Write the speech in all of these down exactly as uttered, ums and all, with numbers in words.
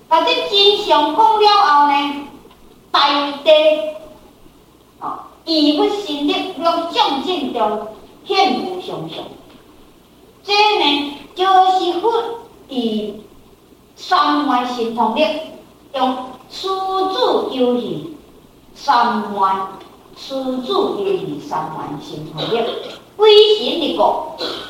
把这真相讲了后呢，大地哦，义不心力用众进中显无相像。这呢，就是佛以三万神通力，用师子游戏三万，师子游戏三万神通力，归神一个。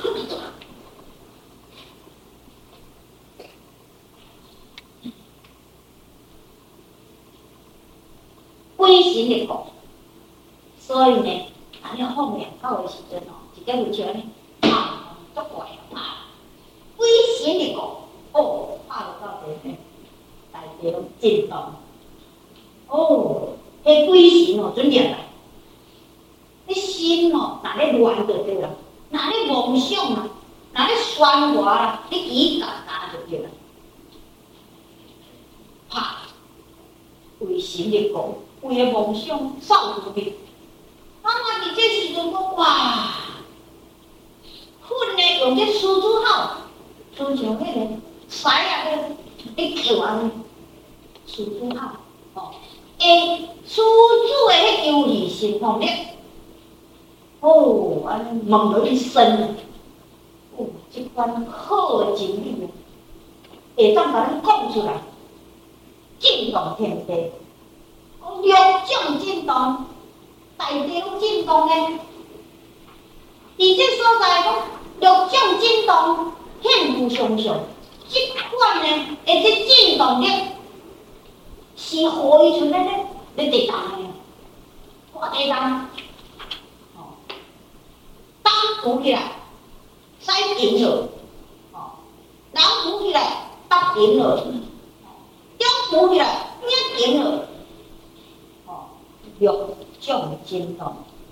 归神一个，所以呢，安尼后面到的时阵哦，一个有钱呢，啊，足怪啊，归神一个，哦，拍到地呢，大地拢震动，哦，迄归神哦，准定来，你心哦，若咧乱就对啦，若咧妄想啊，若咧喧哗啦，你叽嘎嘎就对啦，拍，归神一个。为个梦想走出去，啊！伫这时阵讲哇，训呢用这狮子吼，就像迄个狮啊，迄个叫安尼，狮子吼，哦，诶，狮子的迄游离神通力，哦，安尼问到一身，哦，这款好的经历，会当甲咱讲出来，震动天地。六种震动，大地拢震动呢。伫这所在讲，六种震动显无相像。即款呢，诶，这震动力是何以存在咧？咧地动的，看地动，哦，当浮起来，使平了，哦，人浮起来，搭平了，中浮起来，也平了。六种震动，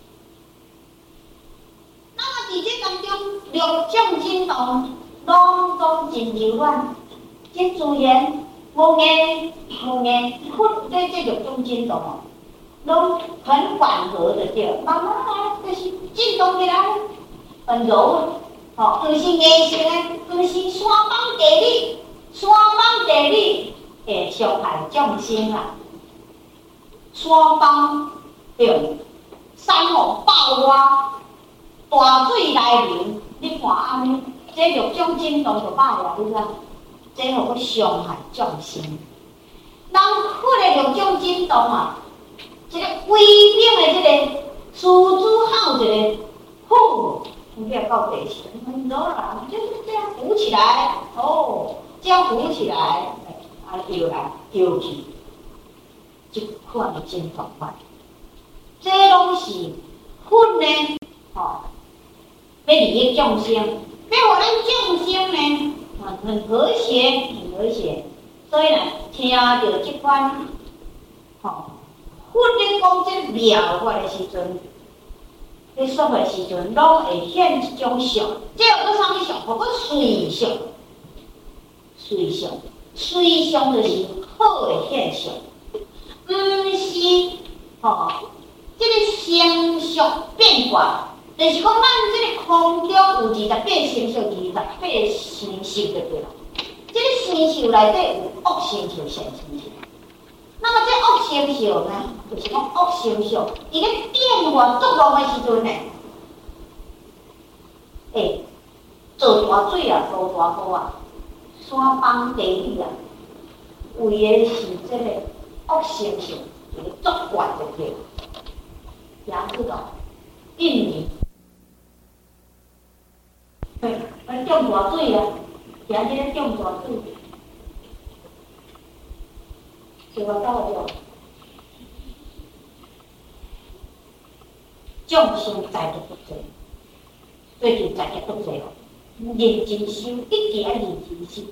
那么伫这当中，六种震动拢总真柔软，真自然，无硬无硬，佛对这六种震动哦，拢很缓和的对，慢慢啊，就是震动起来，很柔，哦，就是硬性的，就是山崩地裂，山崩地裂会伤害众生啦。山崩对，山河爆发，大水来临，你看安尼，这六种震动就爆发，你知影？这互佫伤害众生。人佛的六种震动啊，一个威猛的这个狮子吼一个，呼，你要到地上，很多啦，就是这样浮起来，哦，这样浮起来，啊，游来游去。即款的震动法，这拢是佛呢，吼、哦，要利益众生，要互咱众生呢，很和谐，很和谐。所以呢，听到即款，吼、哦，佛咧讲这妙法的时阵，咧说的时阵，拢会显一种相。这有个啥物相？互个随相，随相，随相就是好的现象。毋是，吼、哦，这个成熟变化，就是讲咱这个空中有二十八成熟，二十八成熟就对了。这个成熟内底有恶成熟、善成熟。那么这恶成熟呢，就是讲恶成熟，伊咧变化作用的时阵呢，诶，做大水啊，落大雨啊，山崩地裂啊，为的是这个。恶成熟，就是作怪就对，也知道，印尼，对，咱种大水啊，行起咧种大水，就我到了，众生在都不济，最近在也不济哦，认真修，一直要认真修，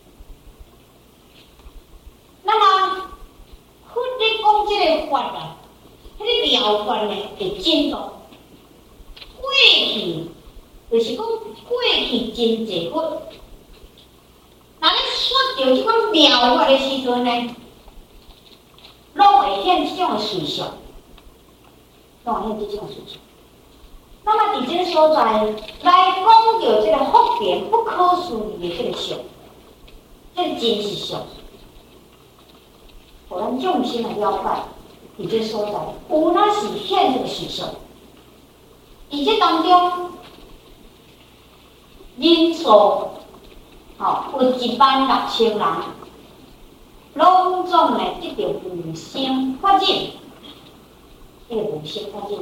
那么。佛咧讲这个法啊，迄个妙法呢会震动。过去就是讲过去真济佛，若咧说到即款妙法的时阵呢，拢会显即种的随相，拢会显即种随相。那么伫这个所在来讲到这个福田不可思议的这个相，这个真实相。 互咱用心来了解，伫这所在有哪是现这个事实。伫这当中，人数吼有一万六千人，拢总来得到无声发展，这个无声发展，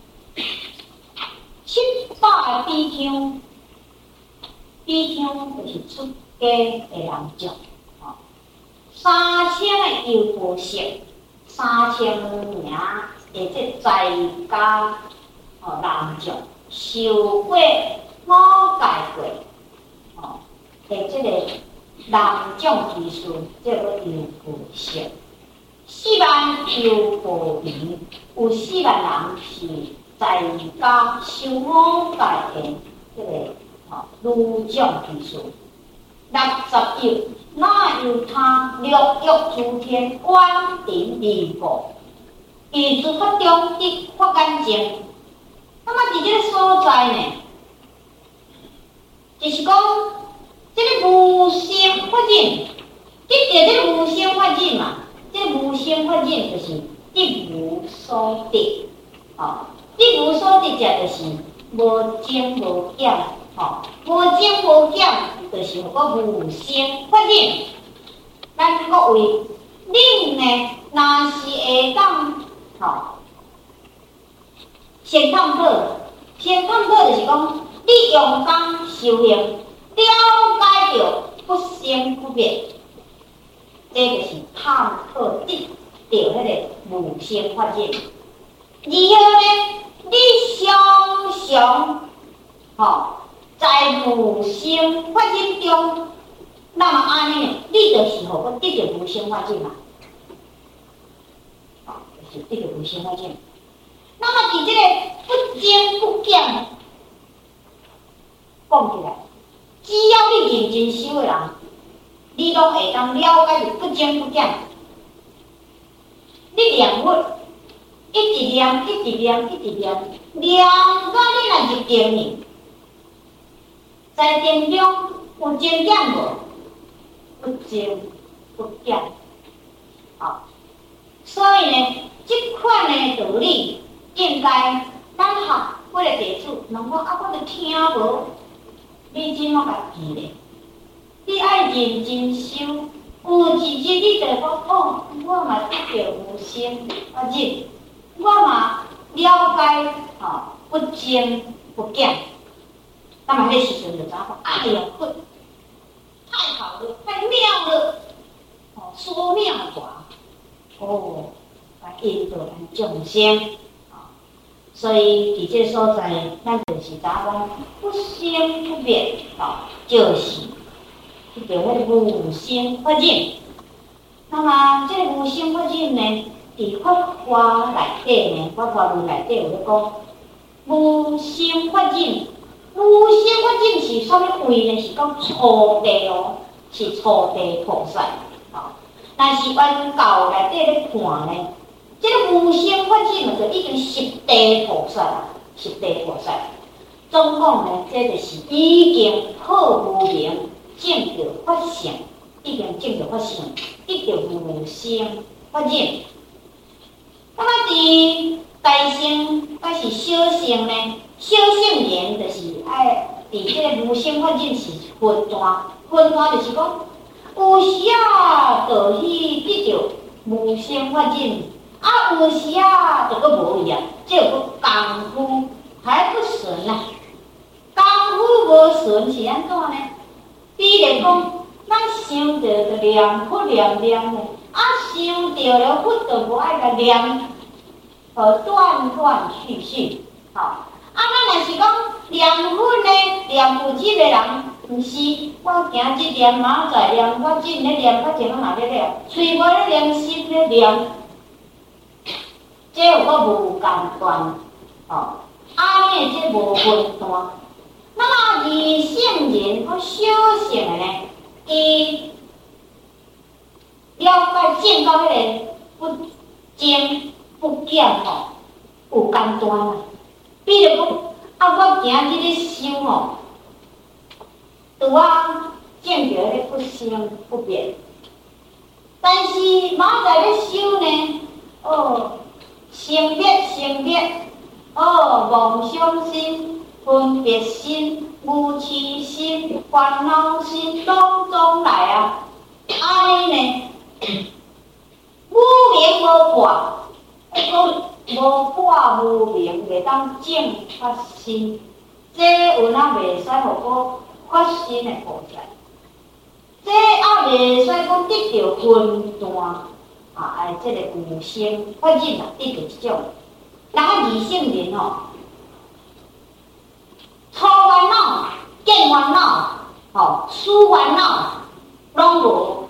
七百个比丘，比丘就是出家的人众，吼，三千个优婆塞，三千名的这在家吼人众，受过五戒过，吼，的这个人众之数叫做优婆塞。四万优婆夷，有四万人是在家修五戒的这个吼女众之数。六十亿，那由他六欲诸天观顶离故，以诸法中的发干净。那么伫这个所在呢，就是讲这个无声发展，得到这个无声发展嘛，这个无声发展就是得无所得，哦，得无所得者就是无增无减，吼，无增无减就是个无声发展。咱各位，恁呢，若是会当，吼，先探讨，先探讨就是讲，你用功修行，了解到不生不灭，这就是探讨得到迄个无声发展。然后呢，你常常，吼，在无声发展中，那么安尼，你就是互我得到无声发展嘛，啊，就是得到无声发展。那么伫这个不增不减，讲起来，只要你认真修的人，你拢会当了解到不增不减。你念佛，一直念，一直念，一直念，念到你若入定呢，在定中有增减无？不增不减，好，所以呢，这款的道理。应该咱学我的弟子，若我啊，我著听无，你怎么甲记咧？你爱认真修，有一日你就讲哦，我嘛得到无声发展，我嘛了解吼、哦、不增不减。那么迄时阵就知影讲，哎呀，太好了，太妙了，哦，说妙话，哦，来引导咱众生。所以伫这所在，咱就是知讲不生不灭，吼，就是迄个迄个无声发展。那么这个无声发展呢，伫法华内底呢，法华论内底有咧讲，无声发展，无声发展是啥物位呢？是讲初地哦，是初地菩萨，吼。但是原教内底咧看呢。这个无声发展就已经十地菩萨啦，十地菩萨。总共呢，这就是已经破无明，证到法性，已经证到法性，得到无声发展。那么伫大乘还是小乘呢？小乘言就是爱伫这个无声发展是分段，分段就是讲，有时啊，就去得到无声发展。啊，有时啊，就阁无伊啊，即个功夫还不纯啊。功夫无纯是安怎呢？比如讲，咱想着就念佛念念的，啊，想着了佛就无爱甲念，呃，断断续续，吼、哦。啊，咱若是讲念佛呢，念有即个人，毋是我今即念，明仔载念，我即咧念，我前仔嘛咧念，喙无咧念，心咧念。这有个无间断，哦，安尼这无分段。那么二圣人和小乘的呢，伊了解见到迄个不增不减吼，有间断啊。比如讲，啊，我今日咧修吼，拄啊见着迄个不生不灭， 但是明仔要修呢，哦，生灭生灭，哦，妄想心、分别心、无痴心、烦恼心，拢总来啊！安尼呢，无明无破，一个无破无明，袂当正发心，这有哪袂使互我发心的菩萨？这也袂使讲得到分段啊！哎，这个无生发忍啊，得到这种。人啊，二性人吼，初烦恼、见烦恼、吼思烦恼，拢无。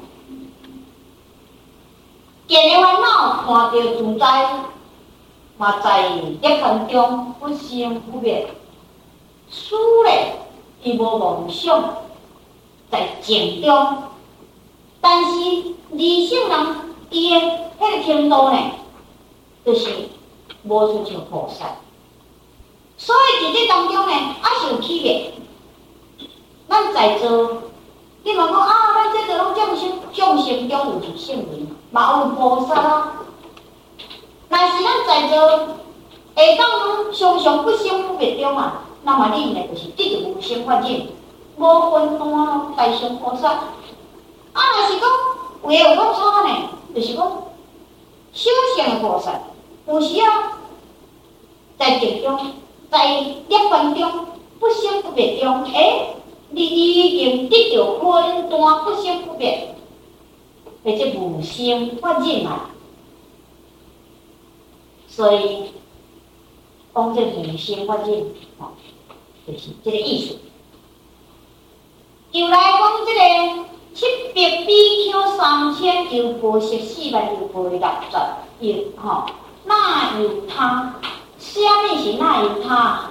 见的烦恼看到自在，嘛在涅槃中不生不灭。思咧，伊无妄想。在静中，但是二性人伊的迄个程度呢，就是无亲像菩萨。所以伫这当中呢，也是有区别。咱在座，你嘛讲啊，咱这个拢众生众生中有一性人，嘛有菩萨啊。但是咱在座下当常常不生不灭中啊，那么你呢，就是得着无生法忍。无分段咯，大乘菩萨。啊，若是讲有诶有讲差呢，就是讲修行诶菩萨，有时啊，在静中，在涅槃中，不生不灭中，诶，你已经得到分段不生不灭，或者无生法忍啊。所以讲这无生法忍，吼，就是这个意思。又来讲这个七百比丘三千，又波十四万，又波六十，又吼，那由他？什么是那由他？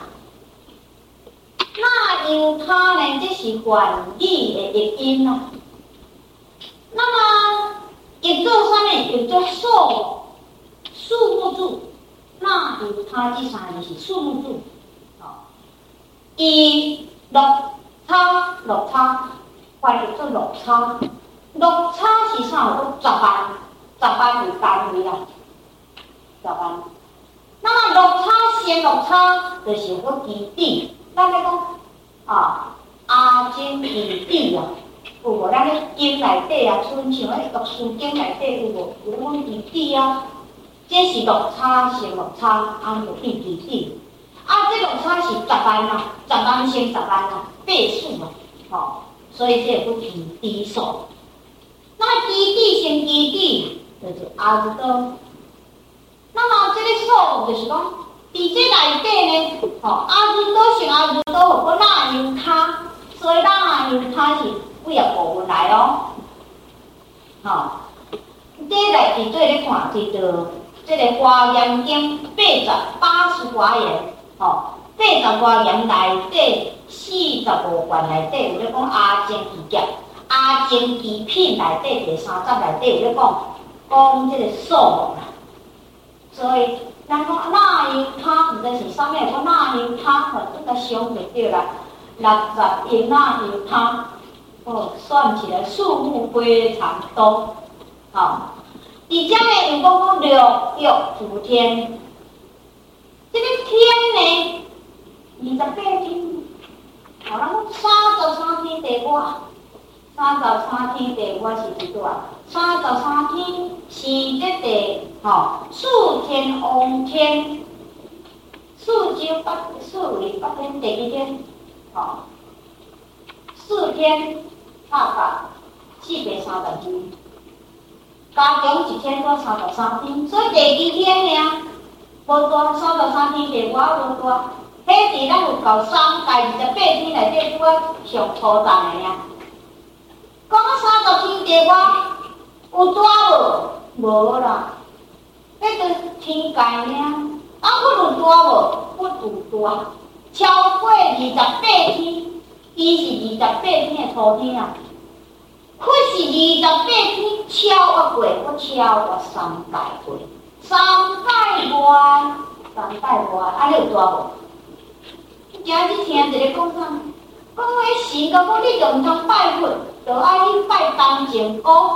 那由他呢？这是梵语的译音咯。那么译作啥物？译作数数目字。那由他这三个是数目字，吼，一六。差落差，翻译做落差。落差是啥？有十万，十万为单位啦，十万。那么落差先落差，就是个基底。咱咧讲啊，阿精基底啊，有无？咱咧经内底啊，像像迄读书经内底有无？有咧讲基底啊，这是落差先落差，按就变基底。啊，这落差是十万啊，十万先十万啊。倍数嘛，吼、哦，所以这个基底数。那基底先基底，就是阿字多。那么这个数就是讲，伫这内底呢，吼、哦，阿字多先阿字多，有个那由他，所以那由他是几啊部分来哦，吼、哦。这内伫做咧看，伫着这个华严经八十八十华严，吼、哦，八十华严内底。四十五卷内底有咧讲阿精奇劫，阿精奇品内底第三集内底有咧讲讲即个数目啦。所以咱讲那由他，毋知是啥物，讲那由他，吼，这个想袂着啦。六十因那由他，哦，算起来数目非常多，吼、哦。而且呢，又讲讲六欲诸天，这个天呢，二十八天。哦，咱讲三十三天地外，三十三天地外是几多啊？三十三天是这个吼，四天王天，四九八四零八天第几天？吼、哦，四天八百四百三十天，加强一天到三十三天，所以第几天呢？无多，三十三天地外无多。迄伫咱有到三界二十八天内底，拄啊上初重的呀。讲三十天地外有大无？无啦，迄个天界呢？啊，不有大无？不有大，超过二十八天，伊是二十八天的初天啊。可是二十八天超啊过，我超啊三界过，三界外，三界外，啊，你有大无？今日听一个讲啥？讲迄神甲讲你着毋通拜佛，着爱去拜东靖宫。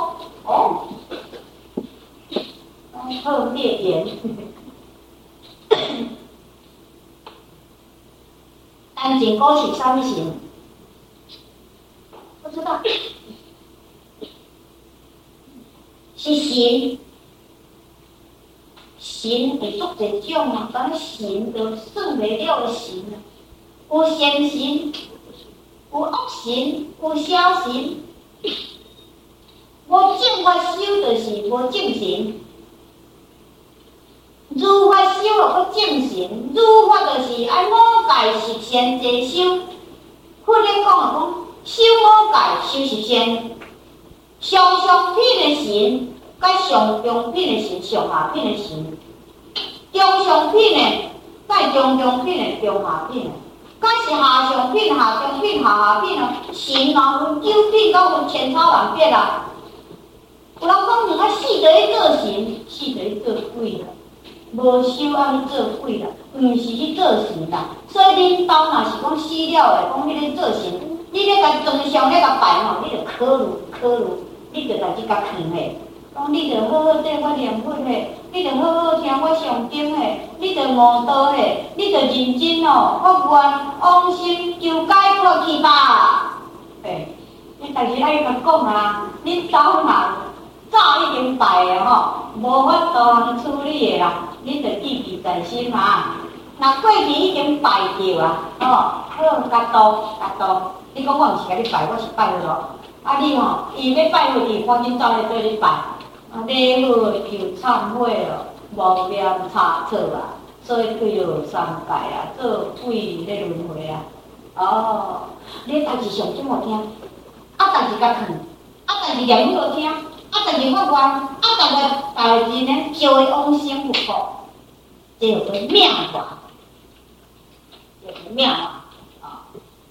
哦，特烈言。单前古是啥物神？不知道，是神。神会足侪种啊，敢神就算袂了的神啊，有善神，有恶神，有邪神。无正法修就是无正神，如法修就搁正神。如法就是按五戒十善坐修。佛咧讲啊，讲修五戒修十善，上上品的神，甲上中品的神，上下品的神。中上品的，甲中中品的，中下品的，甲是下上品、下中品、下下品啊。神嘛分九品，甲分千差万别啊。有人讲你啊，死就去做神，死就去做鬼啦。无修啊去做鬼啦，毋是去做神啦。所以恁兜若是讲死了的，讲迄个做神，你咧甲装上咧甲拜吼，你着考虑考虑，你着家己甲劝诶。讲你着好好缀我念佛嘿，你着好好听我上经嘿，你着悟道嘿，你着认真哦，发愿往生求解脱去吧。嘿，你但是爱甲讲啊，恁兜人早已经拜诶吼，无法度通处理诶啦，你着记记在心啊。若过去已经拜着啊，吼，好甲道甲道，你讲我毋是甲你拜，我是拜佛咯。啊你吼，伊要拜佛，伊赶紧走来对你拜。啊，礼好求忏悔咯，无念差错啊，所以对了三界啊，做鬼咧轮回啊。哦，你代志上怎好听？啊，代志较远，啊，代志念好听，啊，代志发愿，啊，代志代志呢，招会往生佛国，这叫做命法，这叫命法啊。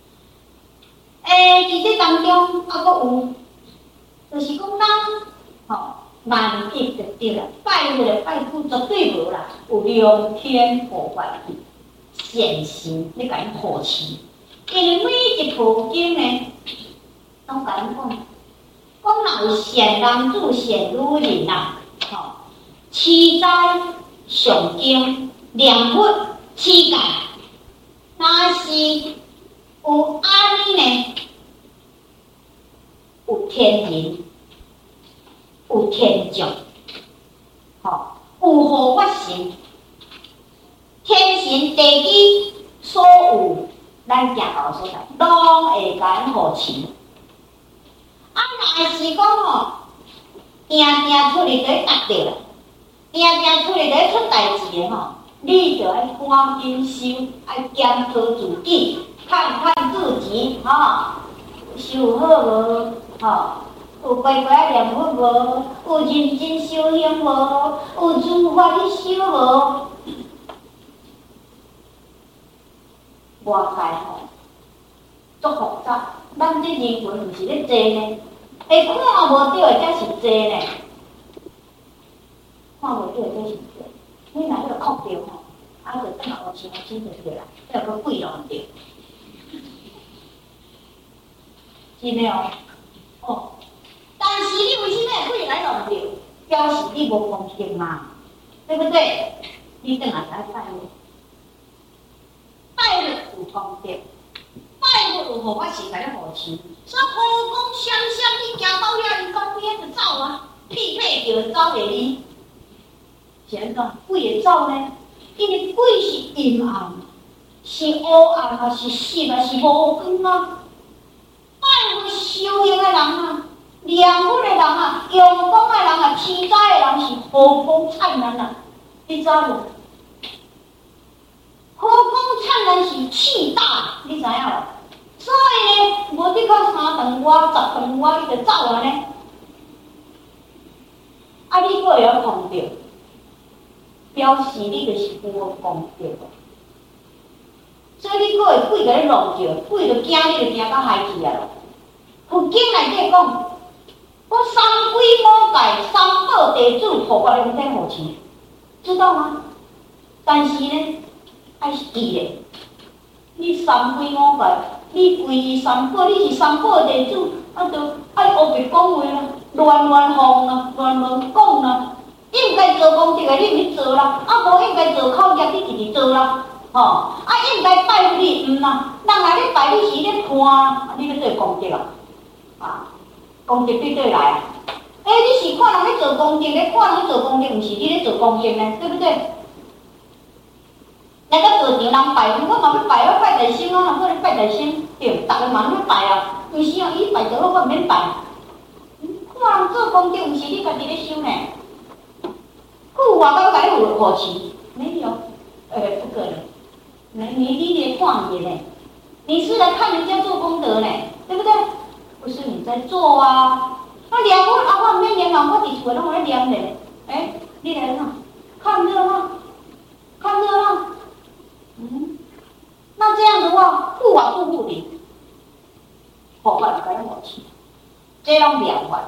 诶，伫这当中啊，佫有，就是讲咱吼。万劫就对啦，拜佛的拜佛绝对无啦，有良天护法善神咧甲因护持。因为每一部经呢，拢甲因讲，讲若有善男子、善女人呐，吼，持斋上经、念佛、持戒，若是有安尼呢，有天人。有天将，吼，有护法神，天神地基所有咱行到所在，拢会甲因护持。啊，若是讲吼，定定出哩在达着啦，定定出哩在出代志的吼，你着爱赶紧修，爱检讨自己，看看自己，吼，修好无，吼。有乖乖念佛无？有认真修行无？有如法去修无？外界吼，足复杂。咱这人群毋是咧坐呢，会看无着才是坐呢。看无着才是坐。你若迄个哭着吼，啊，就等下乌青乌青就对啦，再个鬼拢着。真诶哦，哦。但是你为什么会来弄着？表示你无恭敬嘛，对不对？你等下才拜佛，拜佛有功德，拜佛有护法神甲你护持，所以和光闪闪，你行到遐，伊讲鬼就走啊，屁屁叫走袂离。是安怎？鬼会走呢？因为鬼是阴暗，是黑暗啊，是湿啊，是无光啊。拜佛修行的人啊。念佛的人啊，用功的人啊，持斋的人是和光灿烂啊，你知无？和光灿烂是气大，你知影无？所以呢，无你讲三顿外、十顿外，你就走啊呢。啊，你佫会晓碰着，表示你就是无功德。所以你佫会鬼甲你弄着，鬼就惊你，就惊到害去啊！佛经内底讲。我三规五戒、三宝地主护法龙天护持，知道吗？但是呢，爱是记咧，你三规五戒，你皈依三宝，你是三宝地主，啊，就爱学别讲话啦。 乱乱哄啦，乱乱讲啦，应该做功德的你去做啦，啊无应该做口业你直直做啦，吼、哦，啊应该拜你毋啦，人来咧拜你是咧看，啊你咧做功德啊，啊功德对对来啊，诶、欸、你是看人咧做功德咧，看人咧做功德，毋是你咧做功德呢，对不对？那个道场人拜，我嘛要拜，我拜大仙啊，我咧拜大仙，对，逐个嘛要拜啊，毋是啊，伊拜就好，我毋免拜。看人做功德，毋是你家己咧修呢。故我刚才有火气，没有，呃，不可能。你你你得看人呢，你是来看人家做功德呢，对不对？不是你在做啊。那念我啊，我毋免念啊，我伫厝拢在念咧。哎，你来看，看热闹，看热闹。嗯，那这样的话，不往不不离，好法改火气，这种两法。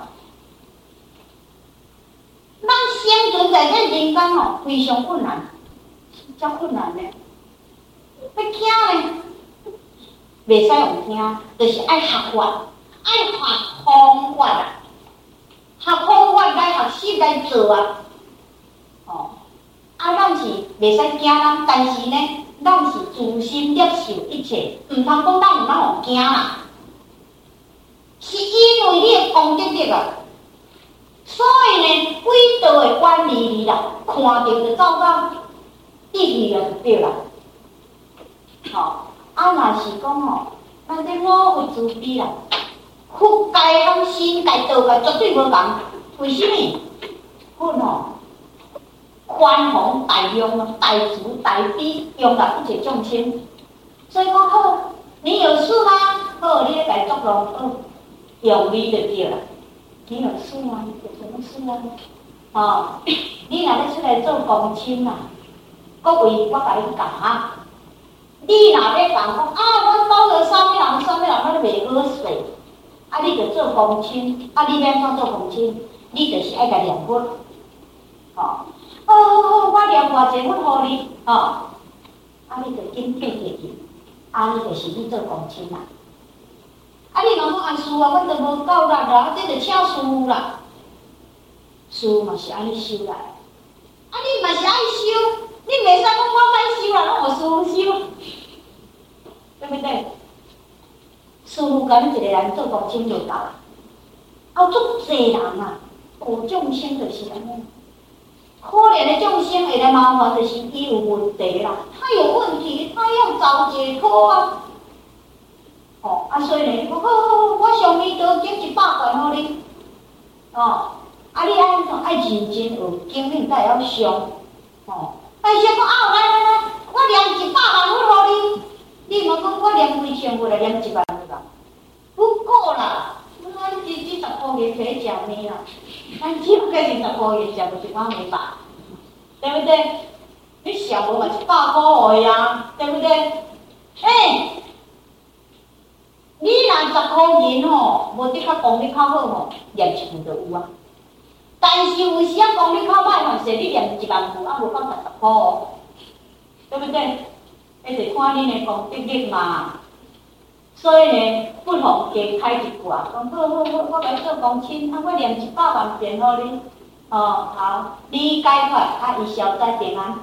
咱生存在这人间哦，非常困难，真困难呢。要听呢，袂使用听，就是爱学法，爱学方法啊，学方法来学习来做啊。哦，啊，咱是袂使惊人，但是呢，咱是自心接受一切，毋通讲咱毋通互惊啦，是因为你的功德力啊。所以呢，轨道会管理你啦，看到就走到，意义就对啦。吼、哦，啊，若是讲吼，咱这五佛慈悲啦，佛界跟仙界、道界绝对无共。为什么？佛吼，宽宏大量啊，大慈大悲，容纳一切众生。所以讲好，你有事吗？好，你来作咯，好，用力就对啦。你有事吗？有什么事啊？哦，你若要出来做公亲啊，各位我甲你讲啊，你若要讲讲啊，我包了三尾人，三尾人我都袂好势，啊，你着做公亲，啊，你要怎做公亲？你就是爱甲念佛，哦，好好好，我念偌济佛互你，哦，啊，你着紧记记去，啊，你就是你做公亲啦。啊！你若讲啊，师啊，阮都无够力啦，这着请师啦。师嘛是安尼修来，啊，你嘛是爱修，你袂使讲我歹修啦，拢互师修，对不对？师傅甲你一个人做公亲就够啦。啊，足济人啊，有众生就是安尼，可怜的众生会来麻烦，就是伊有问题啦，他有问题，他要找解脱啊。哦，啊，所以呢，你讲好好好，我上面多捐一百块互你，哦，啊，你爱爱认真学经，你才会晓上，哦，但是讲啊，来来来，我念一百万佛互你，你莫讲我念几千佛来念一万佛啦，不够啦，我这这十箍银可以食面啦，咱只不过是十箍银食不一碗面吧，对不对？你上无嘛一百箍互伊啊，对不对？哎。你若十箍银吼，无得较功力较好吼，念一副就有啊。但是有时啊功力较歹吼，是你念一万副啊，无够十十箍哦，对不对？迄是看恁的功德力嘛。所以呢，不妨加开一句啊，讲好好好，我来做公亲，啊，我念一百万遍互你，哦，好，你解脱，啊，伊消灾平安，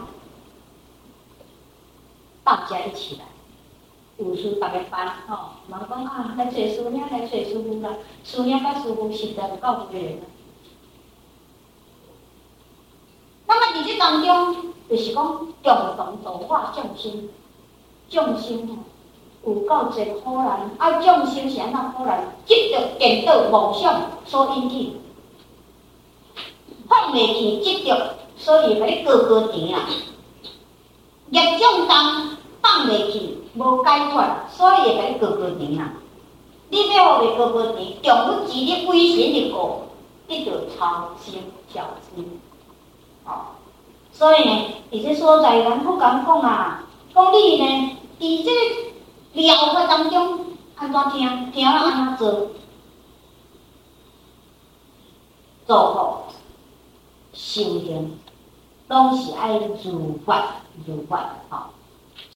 大家一起来。有事大家办吼，莫讲啊，来找师兄，来找师傅啦。师兄甲师傅实在有够多人。那么伫这当中，就是讲共同度化众生，众生吼有够侪苦难，啊，众生是安怎苦难？执着颠倒妄想所引起，放袂去执着，所以甲你高高甜啊，业障重，放袂去。无解脱，所以会甲你高高甜啊！你要互袂高高甜，重不自力威神的果，得着超生小心。哦，所以呢，伫这所在人不敢讲啊，讲你呢，伫这疗法当中安怎听，听了安怎做，做好修行，拢是爱如法如法，吼、哦。